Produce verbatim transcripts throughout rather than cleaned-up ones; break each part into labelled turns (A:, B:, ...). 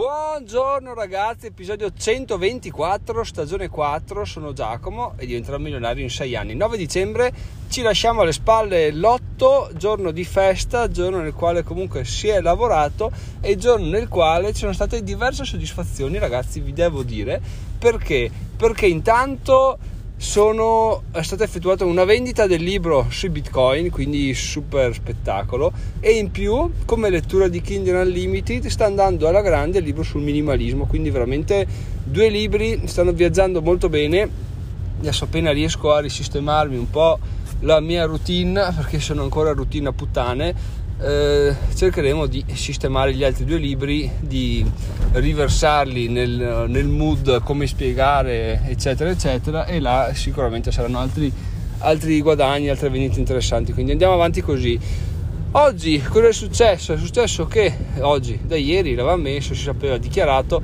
A: Buongiorno ragazzi, episodio centoventiquattro, stagione quattro, sono Giacomo e diventerò milionario in sei anni. nove dicembre, ci lasciamo alle spalle l'otto, giorno di festa, giorno nel quale comunque si è lavorato e giorno nel quale ci sono state diverse soddisfazioni, ragazzi, vi devo dire. Perché? Perché intanto sono, è stata effettuata una vendita del libro sui Bitcoin, quindi super spettacolo, e in più come lettura di Kindle Unlimited sta andando alla grande il libro sul minimalismo, quindi veramente due libri, stanno viaggiando molto bene. Adesso appena riesco a risistemarmi un po' la mia routine, perché sono ancora routine a puttane, eh, cercheremo di sistemare gli altri due libri, di riversarli nel, nel mood, come spiegare eccetera eccetera, e là sicuramente saranno altri, altri guadagni, altre vendite interessanti, quindi andiamo avanti così. Oggi cosa è successo? È successo che oggi, da ieri l'avevamo messo, si sapeva, dichiarato,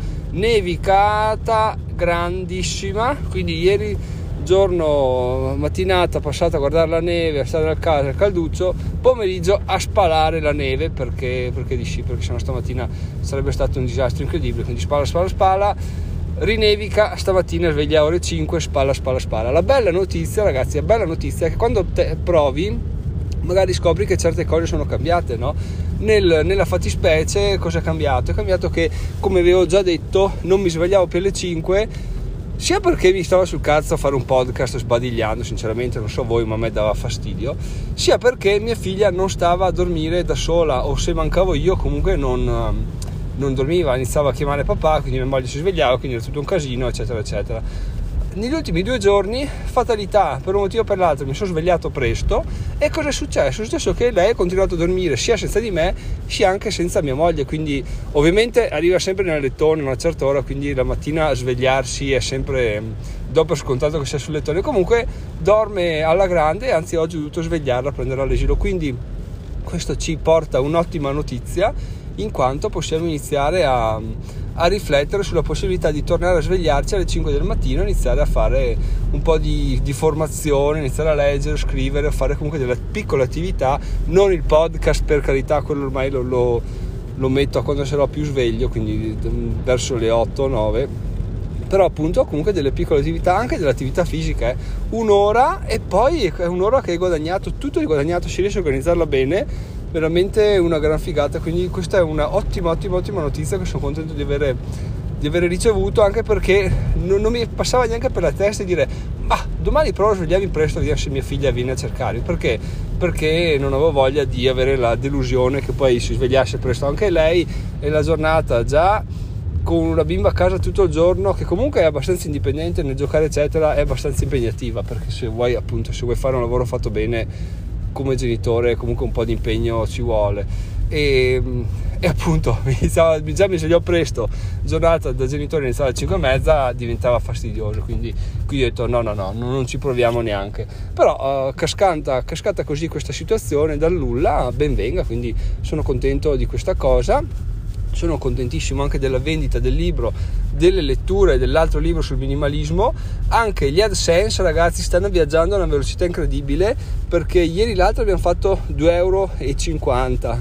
A: nevicata grandissima, quindi ieri giorno, mattinata passata a guardare la neve, a stare a casa al calduccio, pomeriggio a spalare la neve perché, perché di sì, perché sennò stamattina sarebbe stato un disastro incredibile, quindi spala spala spala, rinevica stamattina, sveglia ore cinque, spalla spalla spalla. La bella notizia, ragazzi, la bella notizia è che quando te provi magari scopri che certe cose sono cambiate, no? Nel, nella fattispecie cosa è cambiato? È cambiato che, come avevo già detto, non mi svegliavo più alle cinque, sia perché mi stava sul cazzo a fare un podcast sbadigliando, sinceramente non so voi, ma a me dava fastidio, sia perché mia figlia non stava a dormire da sola, o se mancavo io comunque non, non dormiva, iniziava a chiamare papà, quindi mia moglie si svegliava, quindi era tutto un casino eccetera eccetera. Negli ultimi due giorni, fatalità, per un motivo o per l'altro, mi sono svegliato presto, e cosa è successo? È successo che lei ha continuato a dormire sia senza di me sia anche senza mia moglie, quindi ovviamente arriva sempre nel lettone a una certa ora, quindi la mattina a svegliarsi è sempre dopo scontato che sia sul lettone. Comunque dorme alla grande, anzi oggi ho dovuto svegliarla, prenderla all'esilo, quindi questo ci porta un'ottima notizia, in quanto possiamo iniziare a, a riflettere sulla possibilità di tornare a svegliarci alle cinque del mattino, iniziare a fare un po' di, di formazione, iniziare a leggere, scrivere, a fare comunque delle piccole attività, non il podcast, per carità, quello ormai lo, lo, lo metto a quando sarò più sveglio, quindi verso le otto nove, però appunto comunque delle piccole attività, anche dell'attività fisica, eh. un'ora, e poi è un'ora che hai guadagnato, tutto hai guadagnato, si riesce a organizzarla bene, veramente una gran figata. Quindi questa è una ottima ottima ottima notizia che sono contento di avere, di avere ricevuto, anche perché non, non mi passava neanche per la testa di dire ma domani provo a svegliarmi presto, vediamo se mia figlia viene a cercarmi, perché perché non avevo voglia di avere la delusione che poi si svegliasse presto anche lei, e la giornata già con una bimba a casa tutto il giorno, che comunque è abbastanza indipendente nel giocare eccetera, è abbastanza impegnativa, perché se vuoi appunto se vuoi fare un lavoro fatto bene come genitore comunque un po' di impegno ci vuole, e, e appunto iniziava, già mi svegliavo presto, giornata da genitore iniziava alle cinque e mezza, diventava fastidioso, quindi qui ho detto no no no non ci proviamo neanche, però uh, cascata, cascata così questa situazione dal nulla, ben venga, quindi sono contento di questa cosa. Sono contentissimo anche della vendita del libro, delle letture dell'altro libro sul minimalismo. Anche gli AdSense, ragazzi, stanno viaggiando a una velocità incredibile, perché ieri l'altro abbiamo fatto due euro e cinquanta,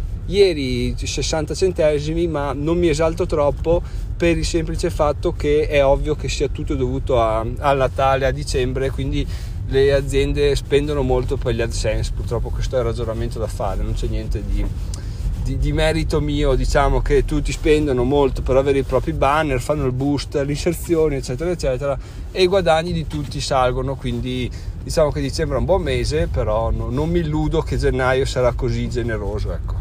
A: ieri sessanta centesimi, ma non mi esalto troppo per il semplice fatto che è ovvio che sia tutto dovuto a, al Natale, a dicembre, quindi le aziende spendono molto per gli AdSense, purtroppo questo è il ragionamento da fare, non c'è niente di Di, di merito mio, diciamo che tutti spendono molto per avere i propri banner, fanno il boost, le inserzioni eccetera eccetera, e i guadagni di tutti salgono, quindi diciamo che dicembre è un buon mese, però no, non mi illudo che gennaio sarà così generoso, ecco.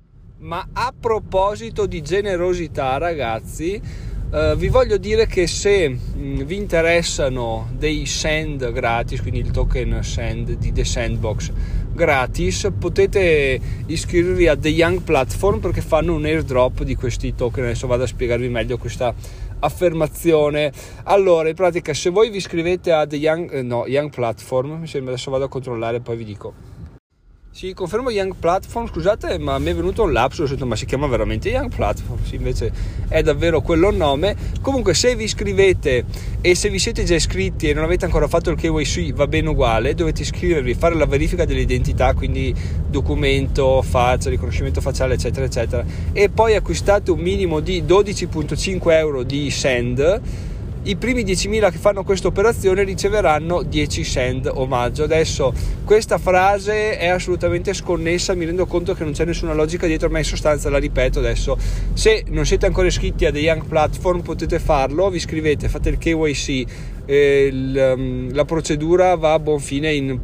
A: Ma a proposito di generosità, ragazzi, Uh, vi voglio dire che se mh, vi interessano dei sand gratis, quindi il token sand di The Sandbox gratis, potete iscrivervi a The Young Platform, perché fanno un airdrop di questi token. Adesso vado a spiegarvi meglio questa affermazione. Allora, in pratica, se voi vi iscrivete a The Young, eh, no, Young Platform, mi sembra, adesso vado a controllare e poi vi dico. Sì, confermo Young Platform, scusate, ma mi è venuto un lapsus, ho detto, ma si chiama veramente Young Platform? Sì, invece è davvero quello il nome. Comunque, se vi iscrivete e se vi siete già iscritti e non avete ancora fatto il K Y C, va bene uguale, dovete iscrivervi, fare la verifica dell'identità, quindi documento, faccia, riconoscimento facciale, eccetera, eccetera, e poi acquistate un minimo di dodici virgola cinque euro di Send. I primi diecimila che fanno questa operazione riceveranno dieci Send omaggio. Adesso questa frase è assolutamente sconnessa, mi rendo conto che non c'è nessuna logica dietro, ma in sostanza la ripeto adesso. Se non siete ancora iscritti a The Young Platform potete farlo, vi iscrivete, fate il K Y C, eh, il, la procedura va a buon fine in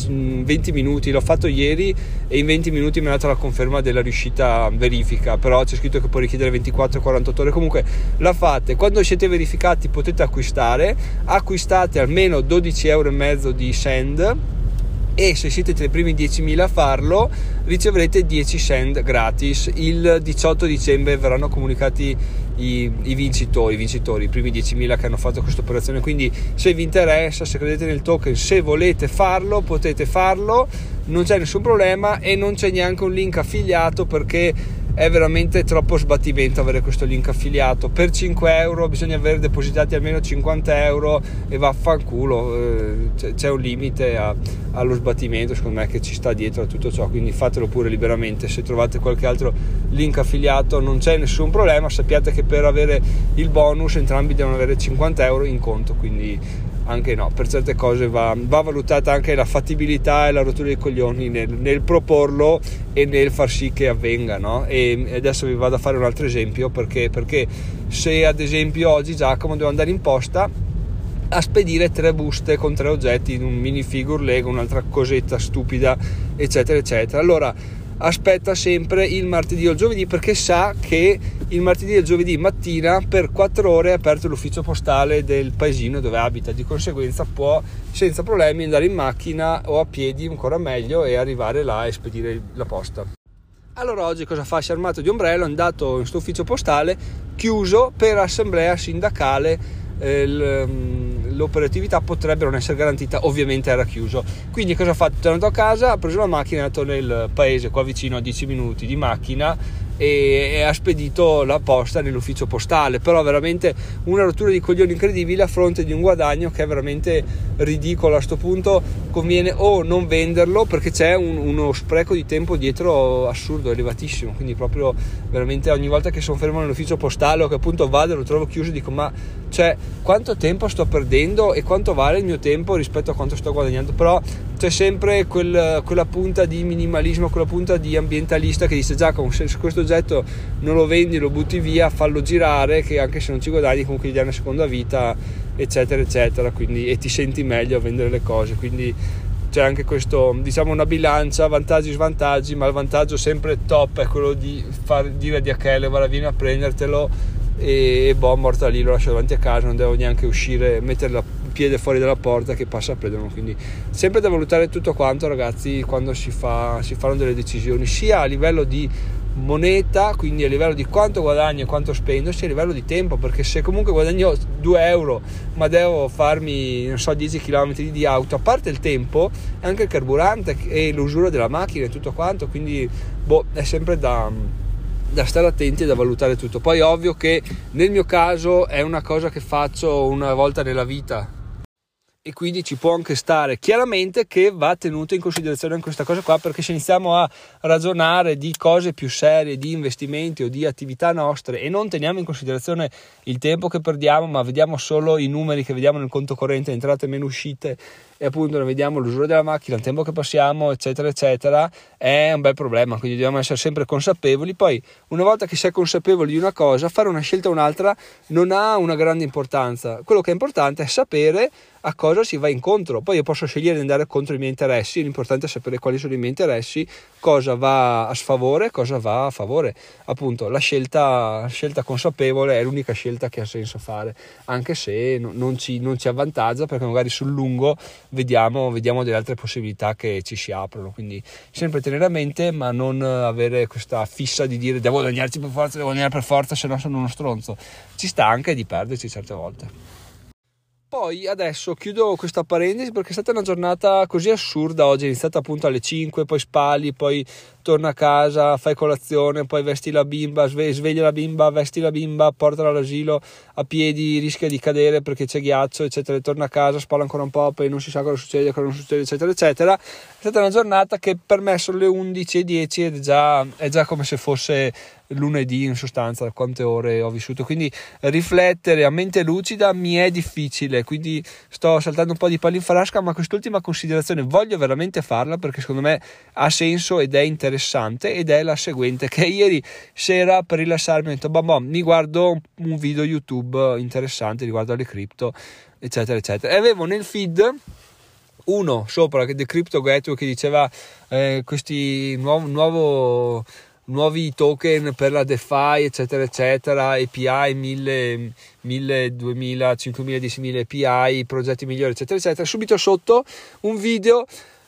A: venti minuti. L'ho fatto ieri e in venti minuti mi ha dato la conferma della riuscita verifica, però c'è scritto che può richiedere ventiquattro quarantotto ore. Comunque la fate, quando siete verificati potete acquistare, acquistate almeno dodici euro e mezzo di Send, e se siete tra i primi diecimila a farlo riceverete dieci Send gratis. Il diciotto dicembre verranno comunicati i, i vincitori, i vincitori, i primi diecimila che hanno fatto questa operazione. Quindi se vi interessa, se credete nel token, se volete farlo, potete farlo, non c'è nessun problema, e non c'è neanche un link affiliato, perché è veramente troppo sbattimento avere questo link affiliato. Per cinque euro bisogna aver depositati almeno cinquanta euro e vaffanculo, eh, c'è un limite a, allo sbattimento, secondo me, che ci sta dietro a tutto ciò. Quindi fatelo pure liberamente. Se trovate qualche altro link affiliato non c'è nessun problema, sappiate che per avere il bonus entrambi devono avere cinquanta euro in conto, quindi anche no, per certe cose va, va valutata anche la fattibilità e la rottura dei coglioni nel, nel proporlo e nel far sì che avvenga, no? E adesso vi vado a fare un altro esempio, perché, perché se ad esempio oggi Giacomo devo andare in posta a spedire tre buste con tre oggetti in un minifigure Lego, un'altra cosetta stupida, eccetera eccetera, allora aspetta sempre il martedì o il giovedì, perché sa che il martedì e il giovedì mattina per quattro ore è aperto l'ufficio postale del paesino dove abita, di conseguenza può senza problemi andare in macchina o a piedi, ancora meglio, e arrivare là e spedire la posta. Allora oggi cosa fa? Si è armato di ombrello, è andato in questo ufficio postale chiuso per assemblea sindacale. L'operatività potrebbe non essere garantita, ovviamente era chiuso, quindi cosa ha fatto? È andato a casa, ha preso la macchina, è andato nel paese qua vicino a dieci minuti di macchina e, e ha spedito la posta nell'ufficio postale. Però veramente una rottura di coglioni incredibile a fronte di un guadagno che è veramente ridicolo. A sto punto conviene o non venderlo, perché c'è un, uno spreco di tempo dietro assurdo, elevatissimo, quindi proprio veramente ogni volta che sono fermo nell'ufficio postale o che appunto vado e lo trovo chiuso dico, ma cioè quanto tempo sto perdendo e quanto vale il mio tempo rispetto a quanto sto guadagnando? Però c'è sempre quel, quella punta di minimalismo, quella punta di ambientalista che dice, Giacomo, se questo oggetto non lo vendi, lo butti via, fallo girare, che anche se non ci guadagni comunque gli dai una seconda vita, eccetera eccetera, quindi, e ti senti meglio a vendere le cose. Quindi c'è anche questo, diciamo, una bilancia, vantaggi e svantaggi, ma il vantaggio sempre top è quello di far dire di Achille, guarda, vieni a prendertelo, e boh, morta lì, lo lascio davanti a casa, non devo neanche uscire, mettere il piede fuori dalla porta che passa a prenderlo. Quindi sempre da valutare tutto quanto, ragazzi, quando si fa si fanno delle decisioni, sia a livello di moneta, quindi a livello di quanto guadagno e quanto spendo, sia a livello di tempo, perché se comunque guadagno due euro ma devo farmi, non so, dieci chilometri di auto, a parte il tempo anche il carburante e l'usura della macchina e tutto quanto, quindi boh, è sempre da da stare attenti e da valutare tutto. Poi ovvio che nel mio caso è una cosa che faccio una volta nella vita e quindi ci può anche stare, chiaramente che va tenuto in considerazione in questa cosa qua, perché se iniziamo a ragionare di cose più serie, di investimenti o di attività nostre, e non teniamo in considerazione il tempo che perdiamo, ma vediamo solo i numeri che vediamo nel conto corrente, entrate meno uscite, e appunto non vediamo l'usura della macchina, il tempo che passiamo, eccetera eccetera, è un bel problema. Quindi dobbiamo essere sempre consapevoli. Poi una volta che si è consapevoli di una cosa, fare una scelta o un'altra non ha una grande importanza. Quello che è importante è sapere a cosa si va incontro. Poi io posso scegliere di andare contro i miei interessi, l'importante è sapere quali sono i miei interessi, cosa va a sfavore, cosa va a favore. Appunto la scelta, la scelta consapevole è l'unica scelta che ha senso fare, anche se no, non, ci, non ci avvantaggia, perché magari sul lungo vediamo, vediamo delle altre possibilità che ci si aprono. Quindi sempre tenere a mente, ma non avere questa fissa di dire devo guadagnarci per forza, devo guadagnare per forza, se no sono uno stronzo. Ci sta anche di perderci certe volte. Poi adesso chiudo questa parentesi perché è stata una giornata così assurda oggi, è iniziata appunto alle cinque, poi spalli, poi torna a casa, fai colazione, poi vesti la bimba, sve- sveglia la bimba, vesti la bimba, portala all'asilo a piedi, rischia di cadere perché c'è ghiaccio, eccetera, torna a casa, spalla ancora un po', poi non si sa cosa succede, cosa non succede, eccetera, eccetera. È stata una giornata che per me sono le undici e dieci ed è già, è già come se fosse lunedì in sostanza, da quante ore ho vissuto, quindi riflettere a mente lucida mi è difficile, quindi sto saltando un po' di palo in frasca, ma quest'ultima considerazione voglio veramente farla perché secondo me ha senso ed è interessante, ed è la seguente: che ieri sera per rilassarmi ho detto bah, boh, mi guardo un video YouTube interessante riguardo alle cripto, eccetera eccetera, e avevo nel feed uno sopra The Crypto Gateway che diceva eh, questi nuovo, nuovo nuovi token per la DeFi, eccetera eccetera, A P I mille, mille, duemila, cinquemila, diecimila A P I, progetti migliori, eccetera eccetera. Subito sotto un video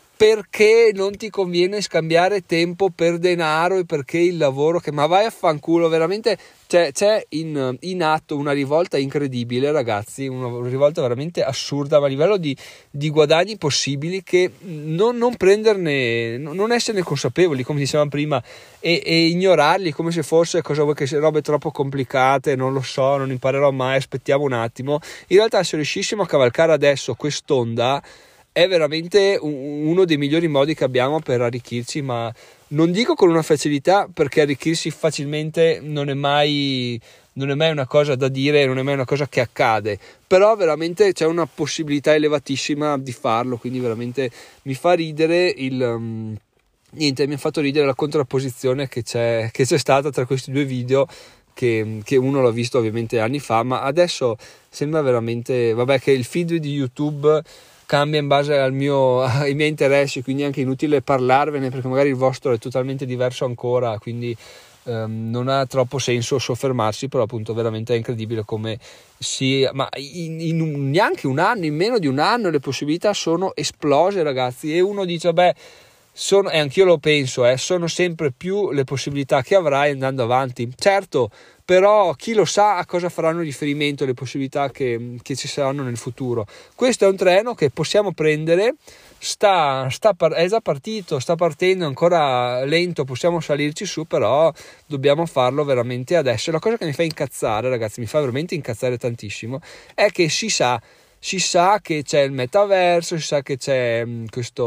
A: perché non ti conviene scambiare tempo per denaro e perché il lavoro che ma vai a fanculo, veramente c'è, c'è in, in atto una rivolta incredibile, ragazzi, una rivolta veramente assurda, ma a livello di, di guadagni possibili, che non, non prenderne, non esserne consapevoli come dicevamo prima e, e ignorarli come se fosse cosa vuoi che sia, robe troppo complicate, non lo so, non imparerò mai, aspettiamo un attimo. In realtà se riuscissimo a cavalcare adesso quest'onda è veramente uno dei migliori modi che abbiamo per arricchirci, ma non dico con una facilità, perché arricchirsi facilmente non è mai non è mai una cosa da dire, non è mai una cosa che accade, però veramente c'è una possibilità elevatissima di farlo, quindi veramente mi fa ridere il um, niente, mi ha fatto ridere la contrapposizione che c'è, che c'è stata tra questi due video, che, che uno l'ho visto ovviamente anni fa, ma adesso sembra veramente, vabbè, che il feed di YouTube cambia in base al mio, ai miei interessi, quindi è anche inutile parlarvene perché magari il vostro è totalmente diverso ancora, quindi um, non ha troppo senso soffermarsi, però appunto veramente è incredibile come si, ma in, in un, neanche un anno, in meno di un anno le possibilità sono esplose, ragazzi, e uno dice vabbè, sono, e anch'io lo penso, eh, sono sempre più le possibilità che avrai andando avanti, certo, però chi lo sa a cosa faranno riferimento le possibilità che, che ci saranno nel futuro. Questo è un treno che possiamo prendere, sta, sta, è già partito, sta partendo, ancora lento, possiamo salirci su, però dobbiamo farlo veramente adesso. E la cosa che mi fa incazzare, ragazzi, mi fa veramente incazzare tantissimo, è che si sa Si sa che c'è il metaverso, si sa che c'è questo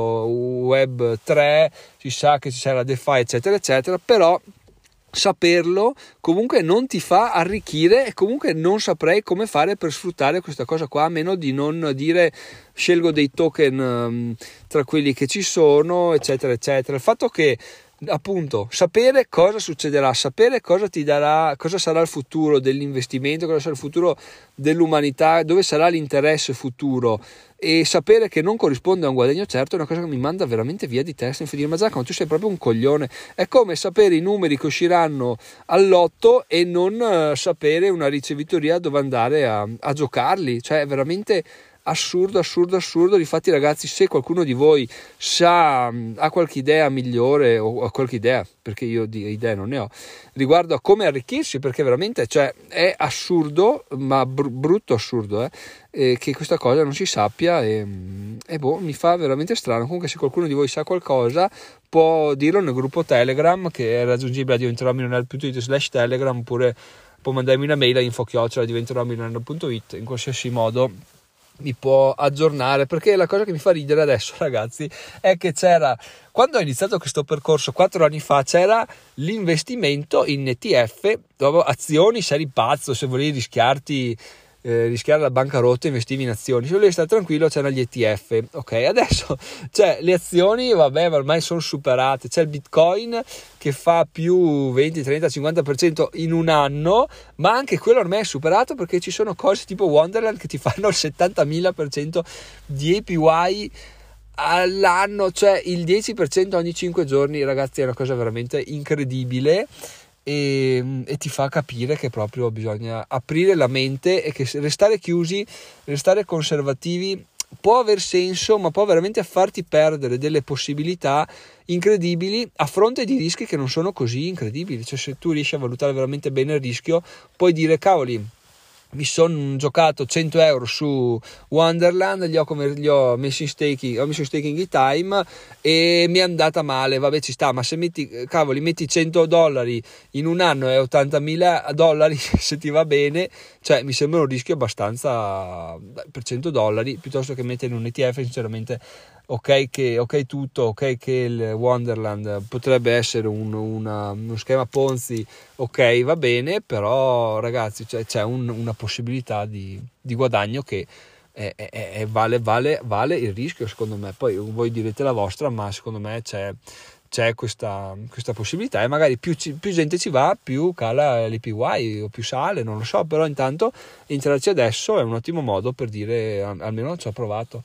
A: web tre, si sa che c'è la DeFi, eccetera, eccetera, però saperlo comunque non ti fa arricchire, e comunque non saprei come fare per sfruttare questa cosa qua, a meno di non dire scelgo dei token um, tra quelli che ci sono, eccetera, eccetera. Il fatto che appunto sapere cosa succederà, sapere cosa ti darà, cosa sarà il futuro dell'investimento, cosa sarà il futuro dell'umanità, dove sarà l'interesse futuro, e sapere che non corrisponde a un guadagno certo è una cosa che mi manda veramente via di testa. Mi fa dire ma Giacomo, tu sei proprio un coglione. È come sapere i numeri che usciranno al lotto e non sapere una ricevitoria dove andare a, a giocarli, cioè è veramente assurdo, assurdo, assurdo. Difatti, ragazzi, se qualcuno di voi sa, ha qualche idea migliore, o ha qualche idea, perché io di idee non ne ho, riguardo a come arricchirsi, perché veramente, cioè, è assurdo, ma br- brutto assurdo, eh, eh, che questa cosa non si sappia, e, e boh, mi fa veramente strano. Comunque, se qualcuno di voi sa qualcosa, può dirlo nel gruppo Telegram, che è raggiungibile a diventeromilionario punto it slash telegram, oppure può mandarmi una mail a info chiocciola diventeromilionario punto it. In qualsiasi modo mi può aggiornare, perché la cosa che mi fa ridere adesso, ragazzi, è che c'era, quando ho iniziato questo percorso quattro anni fa, c'era l'investimento in E T F, azioni, sei pazzo, se volevi rischiarti eh, rischiare la bancarotta, investivi in azioni, se volevi stare tranquillo c'erano gli E T F, ok? Adesso cioè le azioni, vabbè, ma ormai sono superate, c'è il Bitcoin che fa più venti, trenta, cinquanta per cento in un anno, ma anche quello ormai è superato, perché ci sono cose tipo Wonderland che ti fanno il settantamila per cento di A P Y all'anno, cioè il dieci per cento ogni cinque giorni, ragazzi, è una cosa veramente incredibile. E, e ti fa capire che proprio bisogna aprire la mente, e che restare chiusi, restare conservativi può aver senso, ma può veramente farti perdere delle possibilità incredibili a fronte di rischi che non sono così incredibili. Cioè, se tu riesci a valutare veramente bene il rischio, puoi dire cavoli, mi sono giocato cento euro su Wonderland, gli ho, come, gli ho messo in staking, ho messo in staking time e mi è andata male. Vabbè, ci sta, ma se metti, cavoli, metti cento dollari in un anno e ottantamila dollari se ti va bene, cioè mi sembra un rischio abbastanza per cento dollari, piuttosto che mettere in un E T F. Sinceramente, ok che ok tutto, ok che il Wonderland potrebbe essere un, una, uno schema Ponzi, ok, va bene, però ragazzi, cioè, c'è un, una possibilità di, di guadagno che è, è, è, vale, vale, vale il rischio, secondo me. Poi voi direte la vostra, ma secondo me c'è, c'è questa, questa possibilità, e magari più, più gente ci va, più cala l'A P Y o più sale, non lo so, però intanto entrarci adesso è un ottimo modo per dire almeno ci ho provato.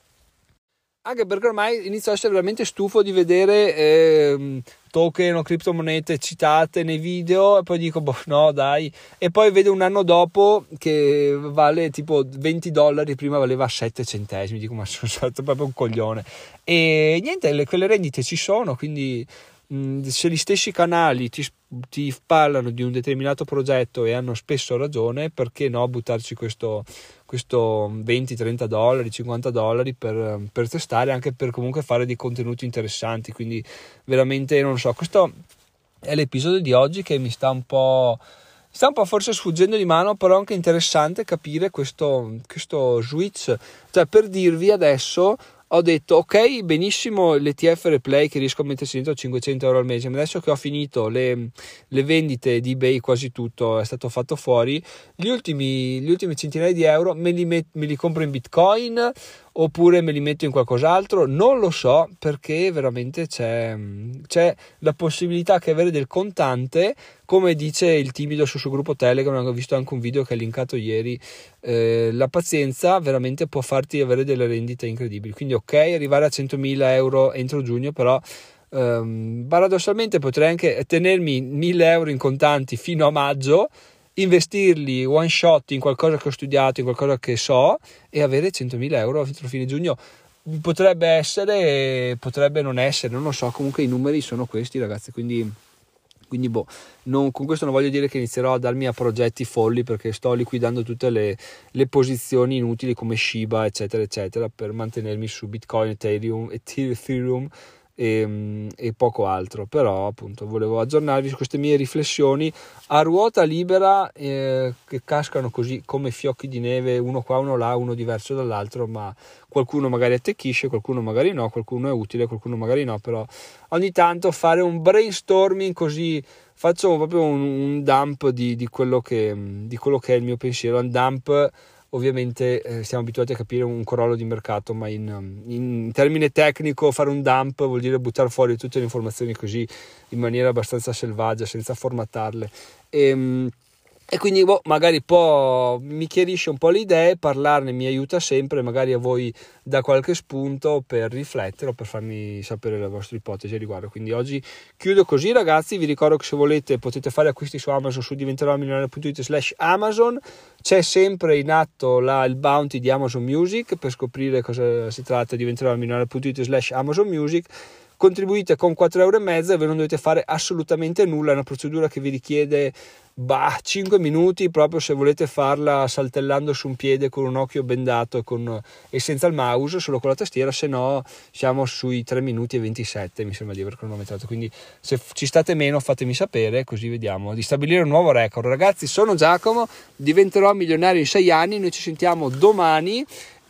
A: Anche perché ormai inizio a essere veramente stufo di vedere eh, token o criptomonete citate nei video e poi dico boh, no dai, e poi vedo un anno dopo che vale tipo venti dollari, prima valeva sette centesimi, dico ma sono stato proprio un coglione. E niente, le, quelle rendite ci sono, quindi mh, se gli stessi canali ti, ti parlano di un determinato progetto e hanno spesso ragione, perché no buttarci questo questo venti, trenta dollari, cinquanta dollari per, per testare, anche per comunque fare dei contenuti interessanti. Quindi veramente non so, questo è l'episodio di oggi che mi sta un po' sta un po' forse sfuggendo di mano, però anche interessante capire questo, questo switch. Cioè, per dirvi, adesso ho detto ok, benissimo l'E T F replay che riesco a mettersi dentro cinquecento euro al mese, ma adesso che ho finito le, le vendite di eBay, quasi tutto è stato fatto fuori, gli ultimi, gli ultimi centinaia di euro me li, met, me li compro in Bitcoin oppure me li metto in qualcos'altro, non lo so, perché veramente c'è, c'è la possibilità che avere del contante, come dice il timido sul suo gruppo Telegram, ho visto anche un video che ha linkato ieri, eh, la pazienza veramente può farti avere delle rendite incredibili. Quindi ok, arrivare a centomila euro entro giugno, però ehm, paradossalmente potrei anche tenermi mille euro in contanti fino a maggio, investirli one shot in qualcosa che ho studiato, in qualcosa che so, e avere centomila euro entro fine giugno. Potrebbe essere, potrebbe non essere, non lo so, comunque i numeri sono questi, ragazzi, quindi quindi boh, non, con questo non voglio dire che inizierò a darmi a progetti folli, perché sto liquidando tutte le, le posizioni inutili come Shiba eccetera eccetera per mantenermi su Bitcoin, Ethereum, Ethereum e, e poco altro. Però appunto volevo aggiornarvi su queste mie riflessioni a ruota libera, eh, che cascano così come fiocchi di neve, uno qua uno là, uno diverso dall'altro, ma qualcuno magari attecchisce, qualcuno magari no, qualcuno è utile, qualcuno magari no. Però ogni tanto fare un brainstorming, così faccio proprio un, un dump di, di, quello che, di quello che è il mio pensiero. Un dump, ovviamente eh, siamo abituati a capire un crollo di mercato, ma in, in termine tecnico fare un dump vuol dire buttare fuori tutte le informazioni così in maniera abbastanza selvaggia, senza formattarle. E, e quindi boh, magari può, mi chiarisce un po' le idee, parlarne mi aiuta sempre, magari a voi dà qualche spunto per riflettere o per farmi sapere le vostre ipotesi a riguardo. Quindi oggi chiudo così, ragazzi. Vi ricordo che se volete potete fare acquisti su Amazon, su diventerò milionario punto it slash Amazon. C'è sempre in atto la, il bounty di Amazon Music, per scoprire cosa si tratta diventerò milionario punto it slash Amazon Music. Contribuite con quattro euro e mezzo e voi non dovete fare assolutamente nulla, è una procedura che vi richiede bah, cinque minuti, proprio se volete farla saltellando su un piede con un occhio bendato e, con, e senza il mouse, solo con la tastiera, se no siamo sui tre minuti e ventisette, mi sembra di aver cronometrato. Quindi se ci state meno fatemi sapere, così vediamo di stabilire un nuovo record. Ragazzi, sono Giacomo, diventerò milionario in sei anni, noi ci sentiamo domani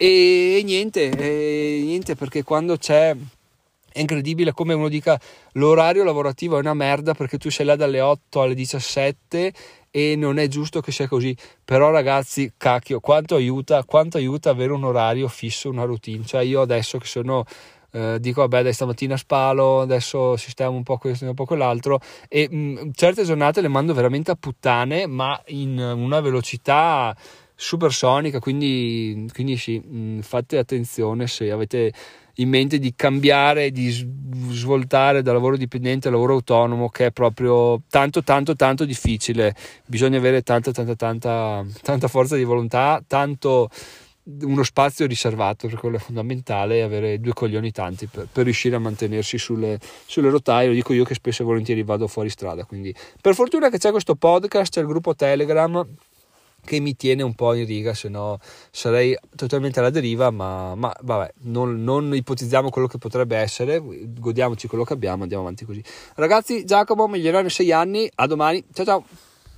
A: e, e niente, e niente perché quando c'è... È incredibile come uno dica l'orario lavorativo è una merda perché tu sei là dalle otto alle diciassette e non è giusto che sia così. Però ragazzi, cacchio, quanto aiuta, quanto aiuta avere un orario fisso, una routine. Cioè io adesso che sono, eh, dico vabbè dai stamattina spalo, adesso sistemo un po' questo, un po' quell'altro, e mh, certe giornate le mando veramente a puttane, ma in una velocità supersonica. Quindi, quindi sì, mh, fate attenzione se avete in mente di cambiare, di svoltare da lavoro dipendente a lavoro autonomo, che è proprio tanto tanto tanto difficile. Bisogna avere tanta tanta tanta tanta forza di volontà, tanto uno spazio riservato, per quello è fondamentale, avere due coglioni tanti per, per riuscire a mantenersi sulle, sulle rotaie. Lo dico io che spesso e volentieri vado fuori strada. Quindi per fortuna che c'è questo podcast, c'è il gruppo Telegram che mi tiene un po' in riga, se no sarei totalmente alla deriva, ma, ma vabbè, non, non ipotizziamo quello che potrebbe essere, godiamoci quello che abbiamo, andiamo avanti così. Ragazzi, Giacomo, migliorare in sei anni, a domani, ciao ciao!